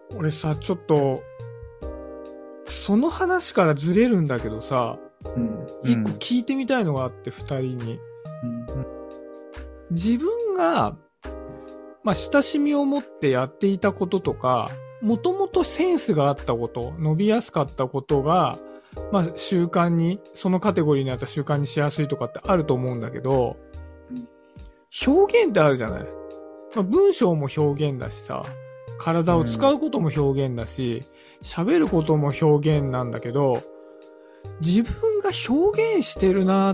俺さ、ちょっと、その話からずれるんだけどさ、一個聞いてみたいのがあって、二人に。自分が、まあ、親しみを持ってやっていたこととか、もともとセンスがあったこと、伸びやすかったことが、まあ、習慣に、そのカテゴリーにあった習慣にしやすいとかってあると思うんだけど、表現ってあるじゃない。まあ、文章も表現だしさ、体を使うことも表現だし、喋ることも表現なんだけど、自分が表現してるなーって、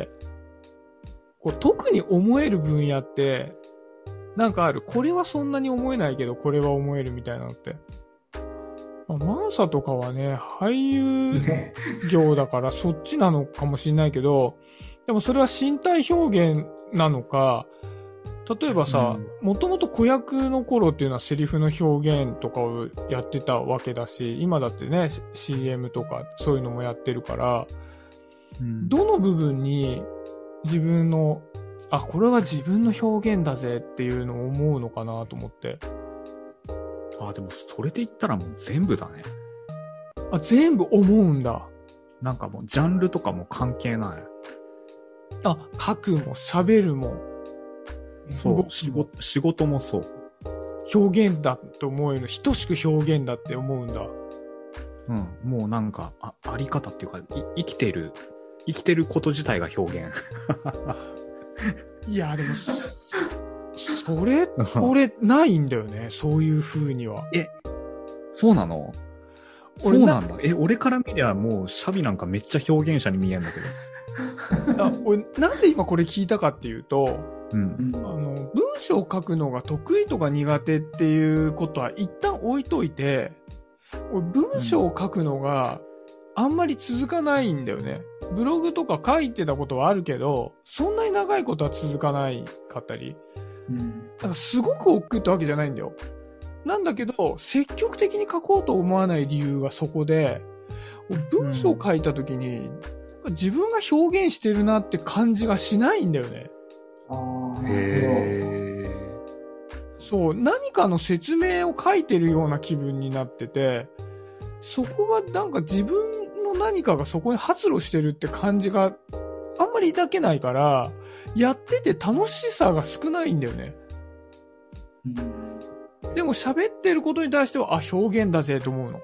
こう特に思える分野って、なんかある。これはそんなに思えないけど、これは思えるみたいなのって。まあ、マーサとかはね、俳優業だからそっちなのかもしれないけど、でもそれは身体表現なのか、例えばさ、もともと子役の頃っていうのはセリフの表現とかをやってたわけだし、今だってね、CM とかそういうのもやってるから、どの部分に自分の、あ、これは自分の表現だぜっていうのを思うのかなと思って。 あ、でもそれで言ったらもう全部だね。 あ、全部思うんだ。 なんかもうジャンルとかも関係ない。 あ、書くも喋るも。 そう、仕事もそう。 表現だと思える。等しく表現だって思うんだ。 うん。もうなんか、あり方っていうか、生きてること自体が表現。 いや、でも、それ、俺、ないんだよね。そういう風には。 そうなの？そうなんだ。俺から見りゃもうシャビなんかめっちゃ表現者に見えるんだけど。 俺、なんで今これ聞いたかっていうと、文章を書くのが得意とか苦手っていうことは一旦置いといて、俺文章を書くのがあんまり続かないんだよね。ブログとか書いてたことはあるけど、そんなに長いことは続かないかったり。なんかすごく億劫ってわけじゃないんだよ。なんだけど、積極的に書こうと思わない理由がそこで、文章を書いた時に、自分が表現してるなって感じがしないんだよね。 へー。 そう、何かの説明を書いてるような気分になってて、そこがなんか自分の何かがそこに発露してるって感じがあんまり抱けないから、やってて楽しさが少ないんだよね。でも喋ってることに対しては、あ、表現だぜと思うの。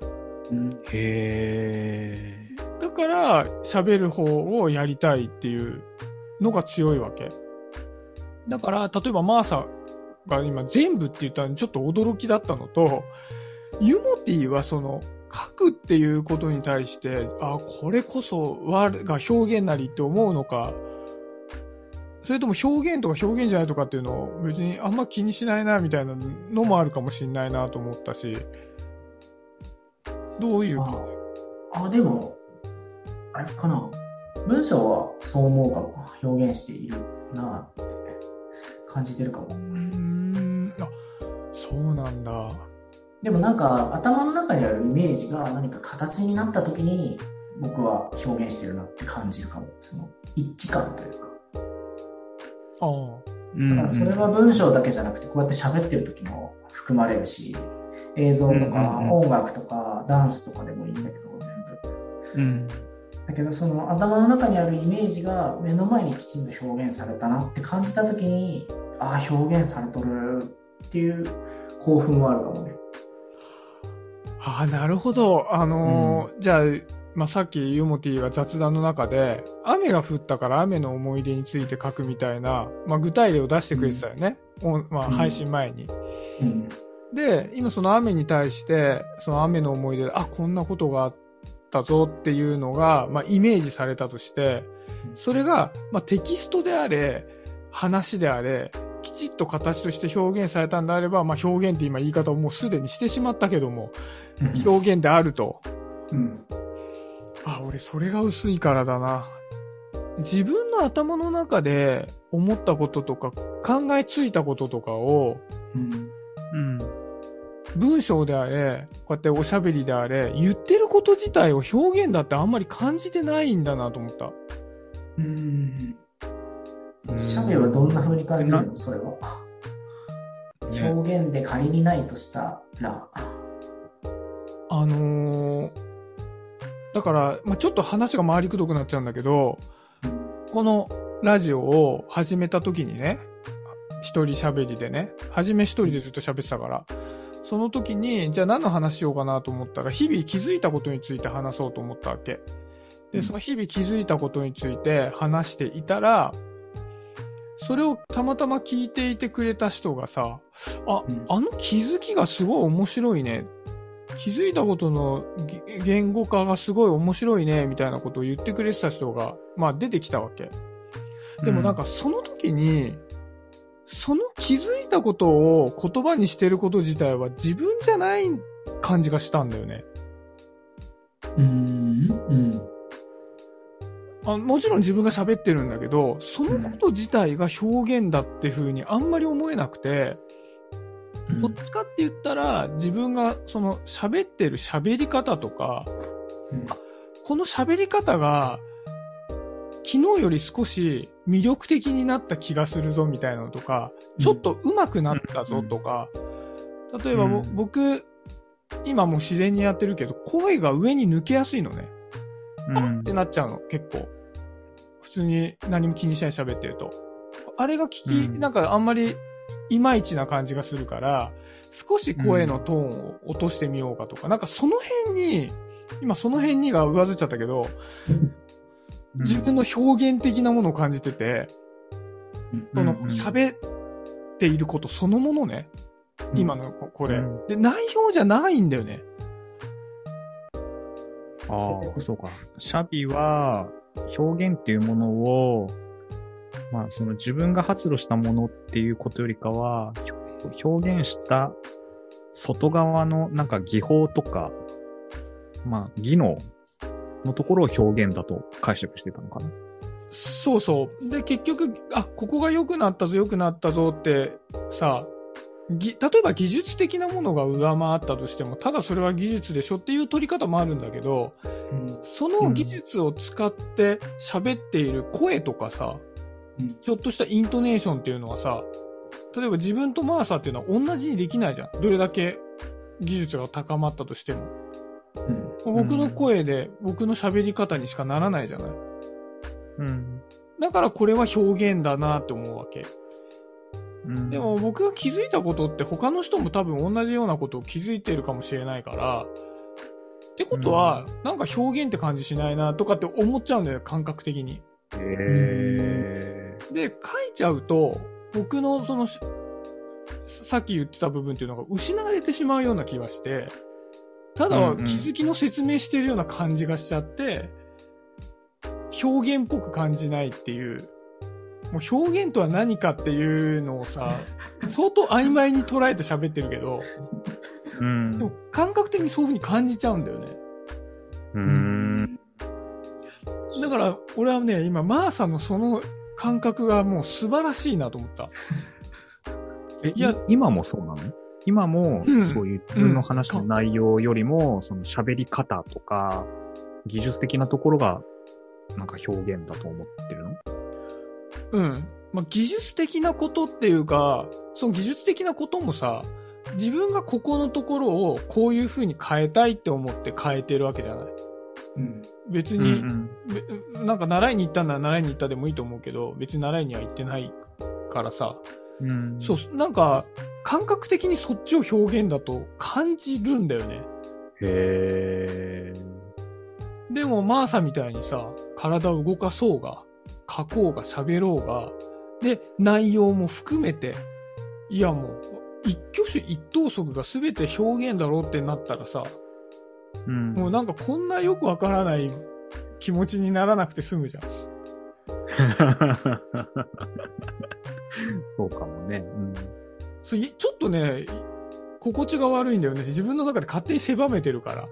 へー。 だから喋る方をやりたいっていうのが強いわけ。だから例えばマーサが今全部って言ったのにちょっと驚きだったのと、ユモティはその書くっていうことに対して、あ、これこそ我が表現なりって思うのか、それとも表現とか表現じゃないとかっていうのを別にあんま気にしないなみたいなのもあるかもしれないなと思ったし、どういうか。 でも、あれかな。文章はそう思うかも。表現しているなって感じてるかも。 あ、そうなんだ。 でもなんか頭の中にあるイメージが何か形になった時に僕は表現してるなって感じるかも。その一致感というか。だからそれは文章だけじゃなくてこうやって喋ってる時も含まれるし、映像とか音楽とかダンスとかでもいいんだけど全部。だけどその頭の中にあるイメージが目の前にきちんと表現されたなって感じた時に、ああ表現されとるっていう興奮はあるかもね。 ああ、なるほど。じゃあ、まあ、さっきユモティが雑談の中で、雨が降ったから雨の思い出について書くみたいな、まあ、具体例を出してくれてたよね。まあ、配信前に。で、今その雨に対して、その雨の思い出で、あ、こんなことがあったぞっていうのが、まあ、イメージされたとして、それが、まあ、テキストであれ、話であれ、きちっと形として表現されたんであれば、まあ、表現って今言い方をもうすでにしてしまったけども、表現であると。あ、俺それが薄いからだな。自分の頭の中で思ったこととか考えついたこととかを、文章であれ、こうやっておしゃべりであれ、言ってること自体を表現だってあんまり感じてないんだなと思った。 シャベはどんな風に感じるのそれは。表現で仮にないとしたら。 だから、まあ、ちょっと話が回りくどくなっちゃうんだけど、このラジオを始めた時にね、一人喋りでね、初め一人でずっと喋ってたから、その時に、じゃあ何の話しようかなと思ったら、日々気づいたことについて話そうと思ったわけ。で、その日々気づいたことについて話していたら、それをたまたま聞いていてくれた人がさ、あの気づきがすごい面白いね。気づいたことの言語化がすごい面白いね、みたいなことを言ってくれてた人が、まあ出てきたわけ。でもなんかその時に、その気づいたことを言葉にしてること自体は自分じゃない感じがしたんだよね。もちろん自分が喋ってるんだけど、そのこと自体が表現だって風にあんまり思えなくて、どっちかって言ったら自分がその喋ってる喋り方とか、この喋り方が昨日より少し魅力的になった気がするぞみたいなのとか、ちょっと上手くなったぞとか、例えば僕、今もう自然にやってるけど、声が上に抜けやすいのね。ってなっちゃうの、結構。普通に何も気にしない喋ってると。あれがなんかあんまりいまいちな感じがするから、少し声のトーンを落としてみようかとか、なんかその辺に、今その辺にが上ずっちゃったけど、自分の表現的なものを感じてて、その喋っていることそのものね。今のこれ。で、内容じゃないんだよね。 ああ、そうか。シャビは表現っていうものを、まあその自分が発露したものっていうことよりかは、表現した外側のなんか技法とか、まあ技能のところを表現だと解釈してたのかな。 そうそう。で、結局、ここが良くなったぞってさ、例えば技術的なものが上回ったとしても、ただそれは技術でしょっていう取り方もあるんだけど、その技術を使って喋っている声とかさ、ちょっとしたイントネーションっていうのはさ、例えば自分とマーサっていうのは同じにできないじゃん。どれだけ技術が高まったとしても。僕の声で僕の喋り方にしかならないじゃない。だからこれは表現だなって思うわけ。でも僕が気づいたことって他の人も多分同じようなことを気づいてるかもしれないから、ってことは、なんか表現って感じしないなとかって思っちゃうんだよ、感覚的に。で、書いちゃうと、僕のその、さっき言ってた部分っていうのが失われてしまうような気がして、ただ気づきの説明してるような感じがしちゃって、表現っぽく感じないっていう、もう表現とは何かっていうのをさ、相当曖昧に捉えて喋ってるけど、でも感覚的にそういう風に感じちゃうんだよね。だから俺はね、今マーサのその感覚がもう素晴らしいなと思った。 いや、今もそうなの？今もそういう自分の話の内容よりも、その喋り方とか技術的なところがなんか表現だと思ってるの？ まあ、技術的なことっていうか、その技術的なこともさ、自分がここのところをこういう風に変えたいって思って変えてるわけじゃない。別に、なんか習いに行ったんなら習いに行ったでもいいと思うけど、別に習いには行ってないからさ。そう、なんか、感覚的にそっちを表現だと感じるんだよね。でも、マーサみたいにさ、体を動かそうが、書こうが喋ろうが、で、内容も含めて、いやもう、一挙手一投足が全て表現だろうってなったらさ、もうなんかこんなよくわからない気持ちにならなくて済むじゃん。 そうかもね。 ちょっとね、心地が悪いんだよね。自分の中で勝手に狭めてるから。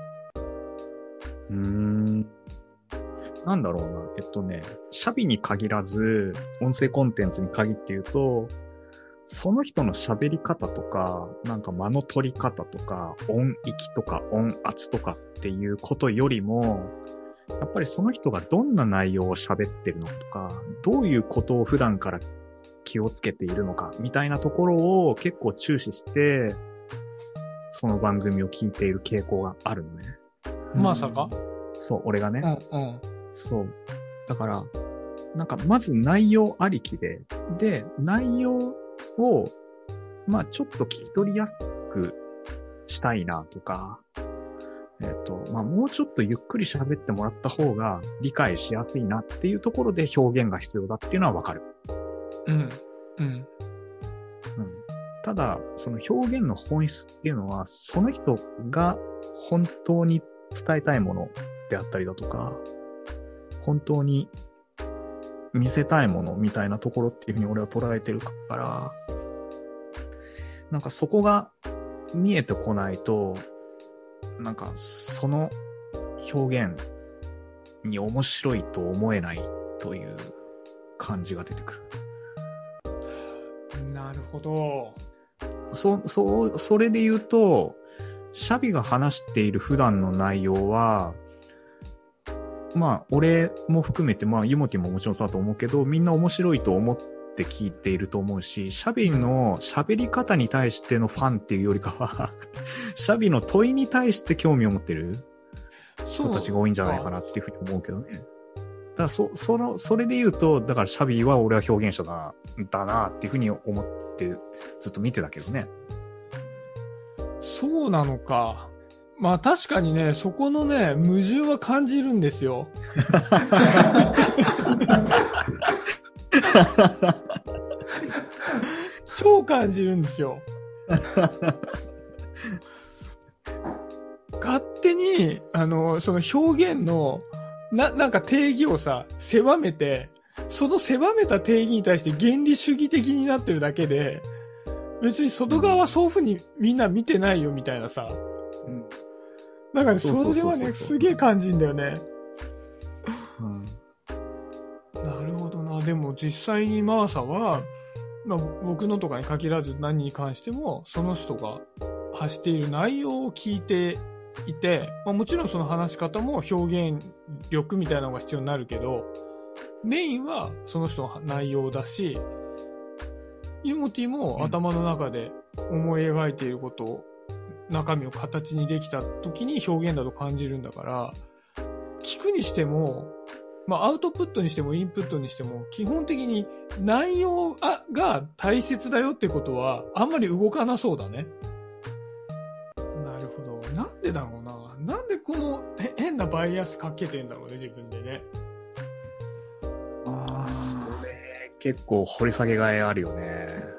なんだろうな。シャビに限らず、音声コンテンツに限って言うと、その人の喋り方とか、なんか間の取り方とか、音域とか音圧とかっていうことよりも、やっぱりその人がどんな内容を喋ってるのとか、どういうことを普段から気をつけているのか、みたいなところを結構注視して、 その番組を聞いている傾向があるのね。 まさか？ そう、俺がね。 うんうん。 そう。だから、なんかまず内容ありきで、内容を、まあちょっと聞き取りやすくしたいなとか、まあもうちょっとゆっくり喋ってもらった方が理解しやすいなっていうところで表現が必要だっていうのはわかる。 うん。 ただ、その表現の本質っていうのは、その人が本当に伝えたいものであったりだとか、本当に見せたいものみたいなところっていうふうに俺は捉えてるから、なんかそこが見えてこないと、なんかその表現に面白いと思えないという感じが出てくる。 なるほど。 それで言うと、シャビが話している普段の内容は、まあ、俺も含めて、まあ、ユモティももちろんそうだと思うけど、みんな面白いと思って聞いていると思うし、シャビの喋り方に対してのファンっていうよりかは、シャビの問いに対して興味を持ってる人たちが多いんじゃないかなっていうふうに思うけどね。だからそれで言うと、だからシャビは俺は表現者だなっていうふうに思ってずっと見てたけどね。 そうなのか。まあ確かにね、そこのね、矛盾は感じるんですよ。超感じるんですよ。勝手に、その表現の、なんか定義をさ、狭めて、その狭めた定義に対して原理主義的になってるだけで、別に外側はそういう風にみんな見てないよみたいなさ。うん。なんかね、それはね、すげえ感じんだよね。うん。なるほどな。でも実際にマーサは、まあ僕のとかに限らず何に関しても、その人が発している内容を聞いていて、まあもちろんその話し方も表現力みたいなのが必要になるけど、メインはその人の内容だし、ユモティも頭の中で思い描いていることを、中身を形にできた時に表現だと感じるんだから、聞くにしても、まあアウトプットにしてもインプットにしても、基本的に内容が大切だよってことは、あんまり動かなそうだね。なるほど。なんでだろうな。なんでこの変なバイアスかけてんだろうね、自分でね。 それ結構掘り下げがいあるよね。